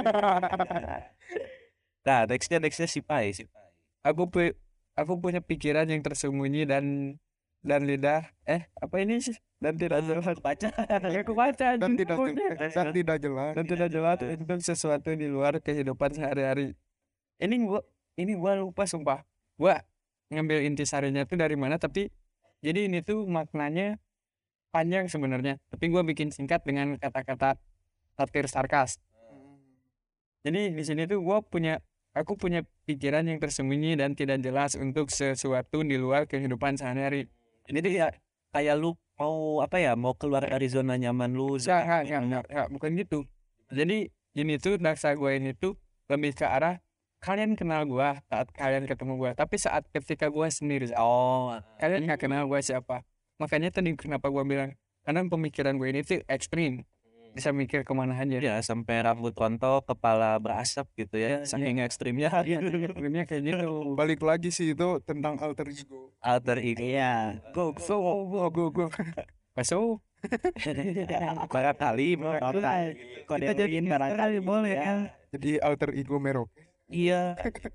Nah, nextnya nextnya si Pai, si Pai. Aku pu aku punya pikiran yang tersembunyi dan dan lidah eh apa ini sih dan tidak jelas baca aku baca dan tidak judulnya. dan tidak jelas. dan tidak jelas itu sesuatu di luar kehidupan sehari-hari. Ini gua ini gua lupa sumpah. Gua ngambil intisarinya tuh dari mana, tapi jadi ini tuh maknanya panjang sebenarnya, tapi gua bikin singkat dengan kata-kata satir sarkas. Jadi di sini tuh gua punya aku punya pikiran yang tersembunyi dan tidak jelas untuk sesuatu di luar kehidupan sehari-hari. Ini tuh ya kayak lu mau apa ya? Mau keluar dari zona nyaman lu. Enggak, enggak, enggak, enggak, enggak, bukan gitu. Jadi ini tuh daksa gue ini tuh lebih ke arah kalian kenal gua saat kalian ketemu gua, tapi saat ketika gua sendiri Oh, kalian nggak kenal gua siapa. Makanya tadi kenapa gua bilang karena pemikiran gue ini tuh ekstrim, bisa mikir kemana aja. ya sampai rambut rontok, kepala berasap gitu ya. Saking ekstrimnya. Ekstrimnya kayak gitu. Balik lagi sih itu tentang alter ego. Alter ego. Iya. Go go go go go. Masuk. Barangkali Kode kita jadi ingin barangkali boleh ya. kan. Jadi alter ego Merauke. Iya.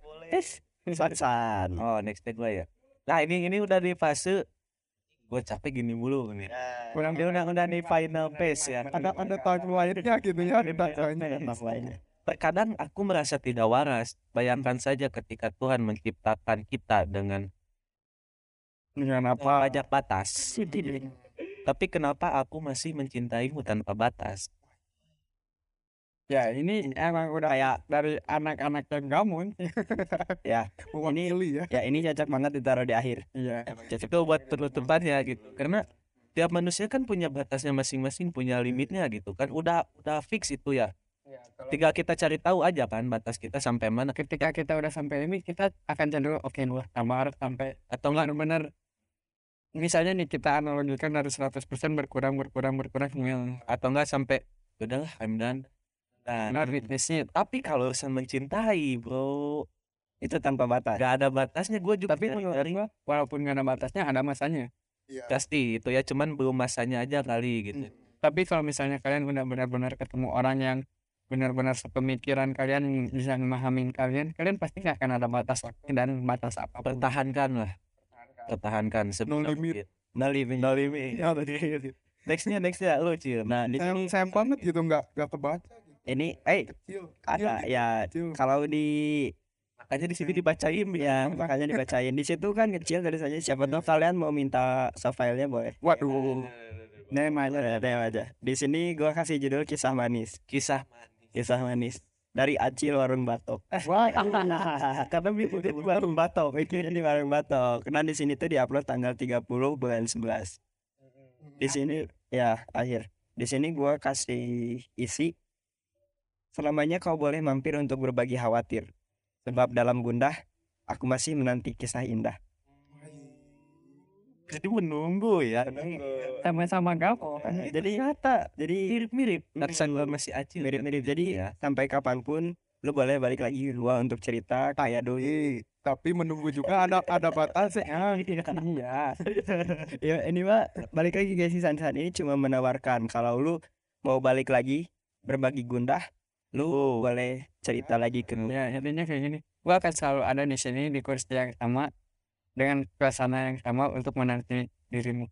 San. Oh, next gue ya. Nah, ini ini udah di fase gue capek gini mulu nih. Kurang Dia udah udah di final phase ya. Ada ada timeline-nya gitu ya, ada timeline-nya. Terkadang aku merasa tidak waras. Bayangkan saja ketika Tuhan menciptakan kita dengan dengan apa? banyak batas. Tapi kenapa aku masih mencintaimu tanpa batas? Ya ini emang udah kayak dari anak-anak yang gamun. Ya, Mewakili ya. ya ini cocok banget ditaruh di akhir. Iya. Itu buat penutupannya gitu. Karena tiap manusia kan punya batasnya masing-masing, punya limitnya gitu kan. Udah udah fix itu ya. Tinggal kita cari tahu aja kan batas kita sampai mana. Ketika kita udah sampai limit, kita akan cenderung oke gua sabar sampai atau enggak benar. Misalnya nih kita analogikan dari seratus persen berkurang berkurang berkurang mil Atau enggak sampai udahlah I'm done. Nah, benar witnessnya. tapi kalau urusan mencintai bro, Itu tanpa batas. gak ada batasnya. Gue juga Tapi menurut dari gua walaupun nggak ada batasnya ada masanya. Iya. pasti itu ya, cuman belum masanya aja kali gitu. Tapi kalau misalnya kalian udah benar-benar ketemu orang yang benar-benar sepemikiran kalian yang bisa memahami kalian, kalian pasti nggak akan ada batas waktu dan batas apapun. Pertahankan lah, pertahankan No sebisa limit. mungkin. No living. No limit. Nextnya nextnya lu Cil. Nah, di Sayang sayang banget gitu, nggak nggak kebaca gitu. ini eh Kecil. ada Kecil, ya kecil. kalau di Makanya di sini dibacain ya makanya dibacain di situ kan kecil dari saja, siapa tahu kalian mau minta soft file-nya boleh. Waduh. Nah, aja, aja. Di sini gua kasih judul kisah manis. Kisah Kisah manis. dari Acil Warung Batok. Wah, Karena di Warung Batok, itu di Warung Batok. Karena di sini tuh diupload tanggal tiga puluh bulan sebelas. Di sini ya akhir. Di sini gua kasih isi, selamanya kau boleh mampir untuk berbagi khawatir. Sebab dalam gundah aku masih menanti kisah indah. Jadi menunggu ya. Sama-sama gapo kan. Jadi nyata, jadi Mirip-mirip. Mm. Aksan gua masih acil. mirip-mirip. Jadi ya. sampai kapanpun lu boleh balik lagi ke gua untuk cerita kayak dulu. eh, tapi menunggu juga ada ada batasnya. Iya. Ya ini mah balik lagi guys, saat ini cuma menawarkan kalau lu mau balik lagi berbagi gundah, lu boleh cerita lagi ke Ya intinya kayak gini. Gua akan selalu ada di sini di kursi yang sama dengan suasana yang sama untuk menanti dirimu.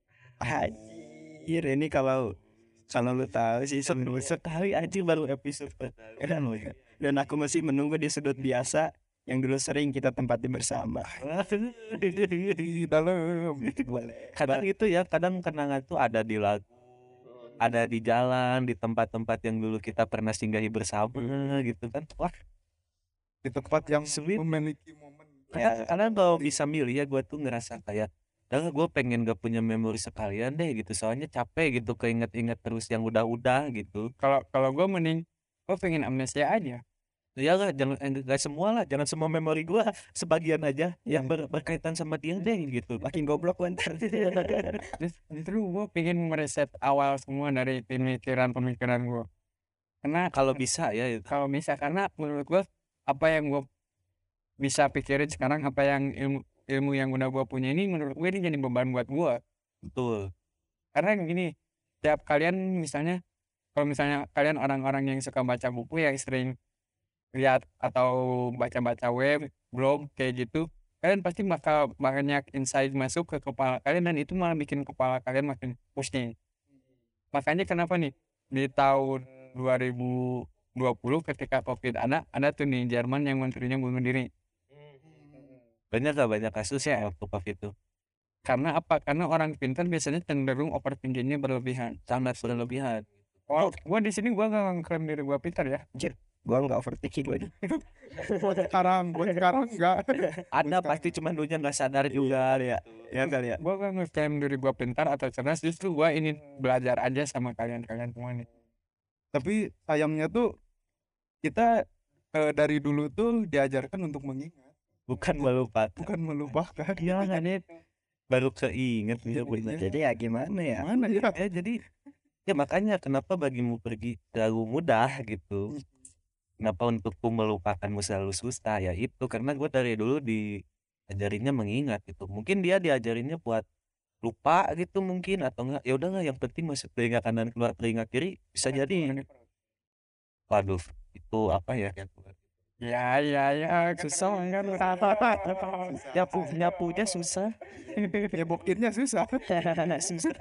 Anjir, ini kalau kalau lu tahu sih seru sekali anjir, baru episode pertama. Dan aku masih menunggu di sudut biasa yang dulu sering kita tempati bersama. Di dalam. Boleh. Kadang itu ya, kadang kenangan tuh ada di lagu, ada di jalan, di tempat-tempat yang dulu kita pernah singgahi bersama gitu kan. Wah, Di tempat yang Sweet. memiliki momen. kayak kadang kalau bisa milih ya, gue tuh ngerasa kayak dah gue pengen gak punya memori sekalian deh gitu, soalnya capek gitu keinget-inget terus yang udah-udah gitu. Kalau kalau gua mending gua pengen amnesia aja. Ya lah, jangan eh, gak semua lah, jangan semua memori gue, sebagian aja yang ber- berkaitan sama dia deh gitu. Makin goblok bentar. Terus justru gua pengen mereset awal semua dari pemikiran-pemikiran gua. Karena Kalau bisa ya itu. kalau bisa, karena menurut gua apa yang gua bisa pikirin sekarang, apa yang ilmu ilmu yang udah gua punya ini, menurut gue ini jadi beban buat gua. Betul. Karena gini, tiap kalian misalnya, kalau misalnya kalian orang-orang yang suka baca buku, yang sering lihat atau baca-baca web, blog kayak gitu, kalian pasti bakal banyak insight masuk ke kepala kalian, dan itu malah bikin kepala kalian makin pusing. Makanya kenapa nih di tahun dua ribu dua puluh ketika COVID ada, ada tuh di Jerman yang menterinya bunuh diri. Banyak gak banyak kasusnya waktu COVID itu? Karena apa? Karena orang pintar biasanya cenderung overthinkingnya berlebihan. Sangat berlebihan. Oh, gua di sini gua nggak ngeklaim diri gua pintar ya. Gua nggak overthinking lagi. Sekarang, buat sekarang enggak. Ada pasti, cuman dulunya nggak sadar juga ya. Ya kali ya. Gua nggak ngeklaim diri gua pintar atau cerdas, justru gua ingin belajar aja sama kalian-kalian semua nih. Tapi sayangnya tuh kita eh, dari dulu tuh diajarkan untuk mengingat, Bukan melupakan. bukan melupakan. Iya kan itu. Baru keinget gitu. Jadi ya gimana ya? Mana ya? Ya jadi ya makanya kenapa bagimu pergi terlalu mudah gitu. Kenapa untukku melupakanmu selalu susah, ya itu karena gue dari dulu diajarinnya mengingat gitu. Mungkin dia diajarinnya buat lupa gitu mungkin, atau enggak ya udahlah yang penting masuk telinga kanan keluar telinga kiri, bisa jadi. Waduh, itu apa ya yang Ya ya ya, susah kan. nyapu nyapunya susah. Nyebokinnya susah. Susah.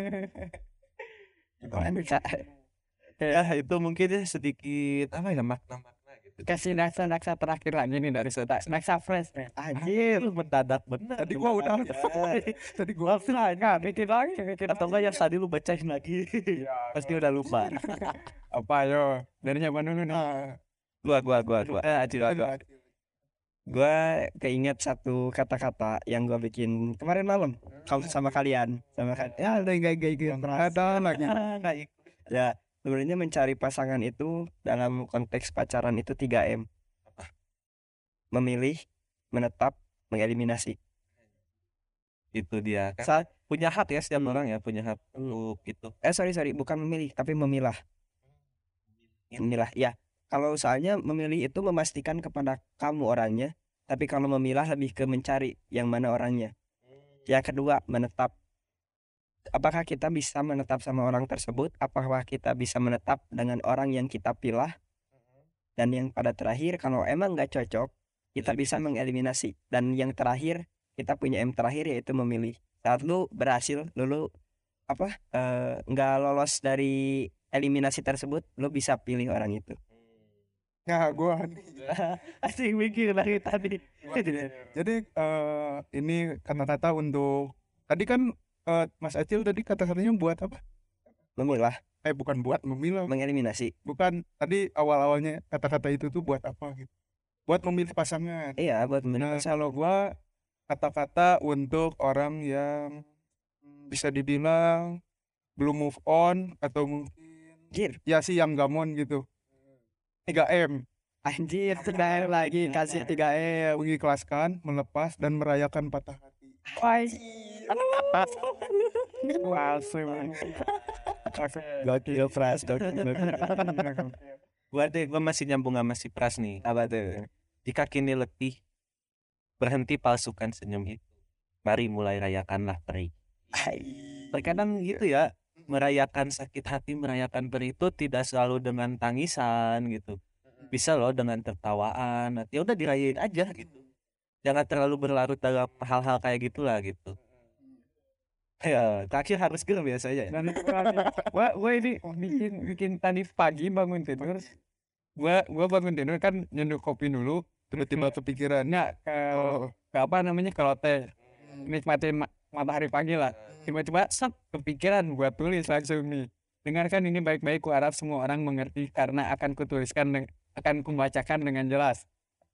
Ya itu mungkin ya sedikit apa ya makna-makna gitu. Kasih daksa-daksa terakhir lagi nih dari Sota. Daksa fresh nih. Anjir, mendadak bener. Tadi gua udah. Tadi gua Maafin aja, bikin lagi, bikin Atau enggak yang tadi lu bacain lagi. Pasti udah lupa. apa yo? Dari siapa dulu nih? Gua gua gua gua. Eh, Acil, Acil. Gua keinget satu kata-kata yang gua bikin kemarin malam kalau sama kalian, sama kalian. Ya ada gak gak gak ada lagi. Ya, sebenarnya mencari pasangan itu dalam konteks pacaran itu tiga M. Memilih, menetap, mengeliminasi. Itu dia kan. Saat Punya hak ya setiap Hmm. orang ya, punya hak untuk itu. eh sorry sorry bukan memilih tapi memilah. Memilah, ya. Kalau soalnya memilih itu memastikan kepada kamu orangnya, tapi kalau memilah lebih ke mencari yang mana orangnya. Yang kedua, menetap. Apakah kita bisa menetap sama orang tersebut? Apakah kita bisa menetap dengan orang yang kita pilih? Dan yang pada terakhir, kalau emang nggak cocok, kita bisa mengeliminasi. Dan yang terakhir, kita punya M terakhir yaitu memilih. Saat lu berhasil, lu, lu apa eh, nggak lolos dari eliminasi tersebut, lu bisa pilih orang itu. Ya gua. Asik mikir dari tadi. Jadi eh, ini kata-kata untuk tadi kan eh, Mas Acil tadi kata-katanya buat apa? Memilah. eh bukan buat memilah, Mengeliminasi. bukan tadi awal-awalnya kata-kata itu tuh buat apa gitu, buat memilih pasangan. Iya, buat Nah memilih. kalau gua kata-kata untuk orang yang bisa dibilang belum move on atau mungkin Anjir, ya sih yang gamon gitu, tiga M. anjir, tiga M lagi kasih tiga M. Mengikhlaskan, melepas, dan merayakan patah hati. Why? Gokil Pras, gokil. Gua deh, gua masih nyambung sama si Pras nih. Apa tuh? Jika kini letih, berhenti palsukan senyum itu. Mari mulai rayakanlah perih. Terkadang gitu ya, merayakan sakit hati, merayakan perih itu tidak selalu dengan tangisan gitu. Bisa loh dengan tertawaan. Ya udah dirayain aja gitu. Jangan terlalu berlarut dalam hal-hal kayak gitulah gitu. Ya, terakhir harus gitu biasanya. Dan gua gua ini bikin bikin tadi pagi bangun tidur, gua gua bangun tidur kan nyeduh kopi dulu, Tiba-tiba kepikiran. nggak ke, Oh, ke apa namanya ke lote, nikmatin ma- matahari pagi lah. Tiba-tiba sak kepikiran buat tulis langsung nih. Dengarkan ini baik-baik, ku harap semua orang mengerti karena akan kutuliskan deng- akan kumbacakan dengan jelas.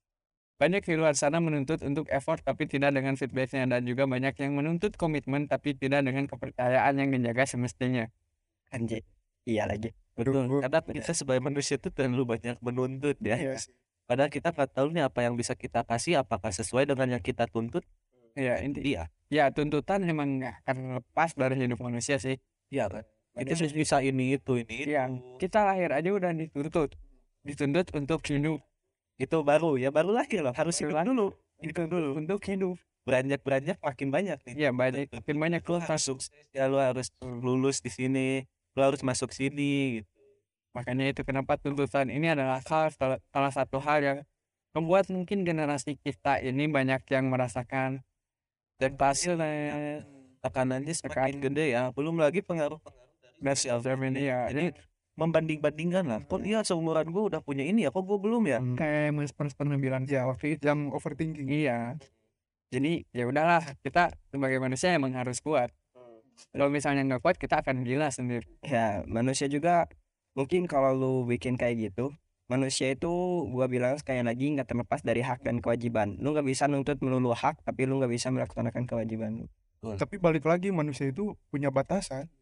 Banyak di luar sana menuntut untuk effort tapi tidak dengan feedbacknya, dan juga banyak yang menuntut komitmen tapi tidak dengan kepercayaan yang dijaga semestinya. Anjir. Iya lagi. Betul. Karena kita sebagai manusia itu terlalu banyak menuntut ya. iya sih. Padahal kita nggak tahu nih apa yang bisa kita kasih, apakah sesuai dengan yang kita tuntut. Ya inti Iya, ya tuntutan emang nggak akan lepas dari hidup manusia sih. iya kan. Kita harus bisa ini itu ini itu. Yang kita lahir aja udah dituntut, dituntut untuk hidup. Itu baru ya baru lahir loh. Harus hidup dulu. Itu dulu untuk hidup. Beranjak beranjak makin banyak nih. Ya banyak, makin banyak Lu tuh. harus sukses ya, lu harus lulus di sini, lu harus masuk sini gitu. Makanya itu kenapa tuntutan ini adalah salah, salah, salah satu hal yang membuat mungkin generasi kita ini banyak yang merasakan Dan hasilnya tekanannya semakin gede ya. Belum lagi pengaruh-pengaruh dari social media. Jadi membanding-bandingkan lah. Kok dia seumuran gue udah punya ini ya, kok gue belum ya? Kayak Mas Pers pernah bilang Ya waktu itu yang overthinking. iya. Jadi ya udahlah, kita sebagai manusia emang harus kuat. Kalau misalnya nggak kuat kita akan gila sendiri. Ya, manusia juga mungkin kalau lu bikin kayak gitu, manusia itu gua bilang sekali lagi nggak terlepas dari hak dan kewajiban. Lu nggak bisa nuntut melulu hak, tapi lu nggak bisa melaksanakan kewajiban lu. Tapi balik lagi manusia itu punya batasan.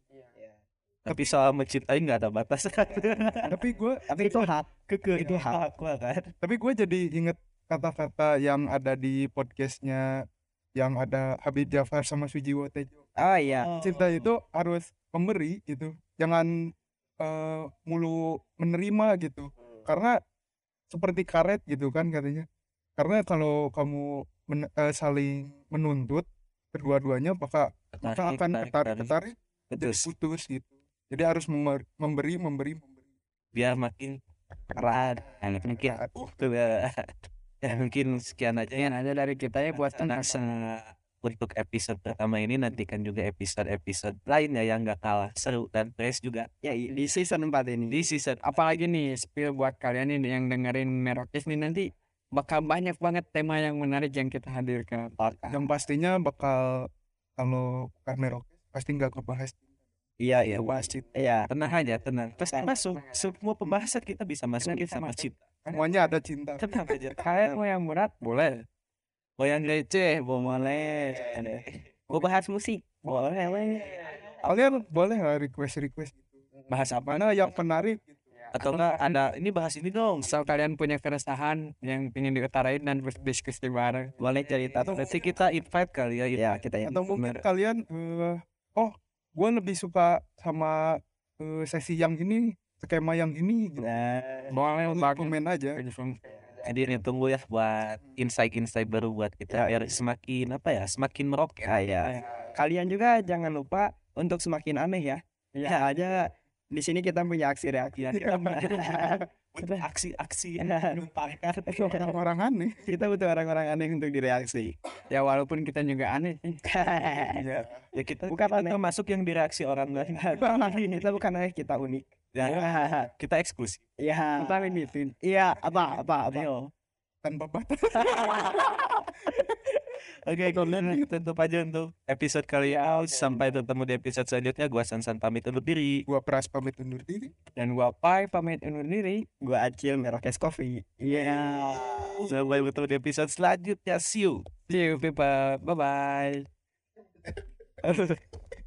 Tapi soal mencintai nggak ada batas. Tapi gue Tapi itu hak. Keke Itu hak. gua kan. tapi gue jadi inget kata-kata yang ada di podcastnya yang ada Habib Jafar sama Sujiwo Tejo. Oh iya. Cinta itu harus memberi gitu, jangan eh, mulu menerima gitu, karena seperti karet gitu kan katanya. Karena kalau kamu men- eh, saling menuntut kedua-duanya maka maka akan ketarik ketarik jadi Putus. putus gitu. Jadi harus member- memberi memberi memberi. Biar makin erat. Nah, mungkin uh, tuh ya. Ya mungkin sekian aja ya. Yang ada dari kita ya buat Nah, untuk episode pertama ini nantikan juga episode-episode lainnya yang gak kalah seru dan fresh juga Ya di season empat ini. di season. apalagi nih spill buat kalian nih yang dengerin Merokes nih, nanti bakal banyak banget tema yang menarik yang kita hadirkan. Dan pastinya bakal, kalau bukan merok pasti nggak kebahas. Iya iya pasti. Iya. Tenang aja, tenang. Terus masuk semua pembahasan kita bisa masukin Bisa sama masuk. cinta. Semuanya ada cinta. Tenang aja. Kayak mau yang berat boleh, Mau yang receh, mau Boleh. Gua bahas musik. Boleh. boleh. Kalian boleh lah request request bahas apa? mana yang menarik gitu. Atau enggak ada ini bahas ini dong. asal kalian punya keresahan yang ingin diutarain dan berdiskusi bareng. Boleh cerita tuh. Nanti kita invite kali ya. Ya kita Atau mungkin kalian eh, oh gue lebih suka sama eh, sesi yang ini, skema yang ini gitu. Nah, Boleh banget. Komen aja. Jadi ini tunggu ya buat insight-insight baru buat kita biar semakin apa ya, semakin meroket. ya, ya. Kalian juga jangan lupa untuk semakin aneh ya. Ya aja di sini kita punya aksi reaksi. Aksi-aksi Numpangkan. Orang-orang aneh. Kita butuh orang-orang aneh untuk direaksi. Ya walaupun kita juga aneh sih. ya, ya kita Bukan kita aneh. masuk yang direaksi orang lain. Kita bukan aneh, kita unik. Ya, kita eksklusif. Iya. Kita limitin. Iya, apa apa apa. Tanpa batas. Oke, kemudian tutup aja untuk episode kali ini. Sampai ketemu di episode selanjutnya. Gua Sansan pamit undur diri. Gua Pras pamit undur diri. Dan gua Pai pamit undur diri. Gua Acil Merokes Coffee. Iya. Sampai bertemu di episode selanjutnya. See you. See you people. Bye bye.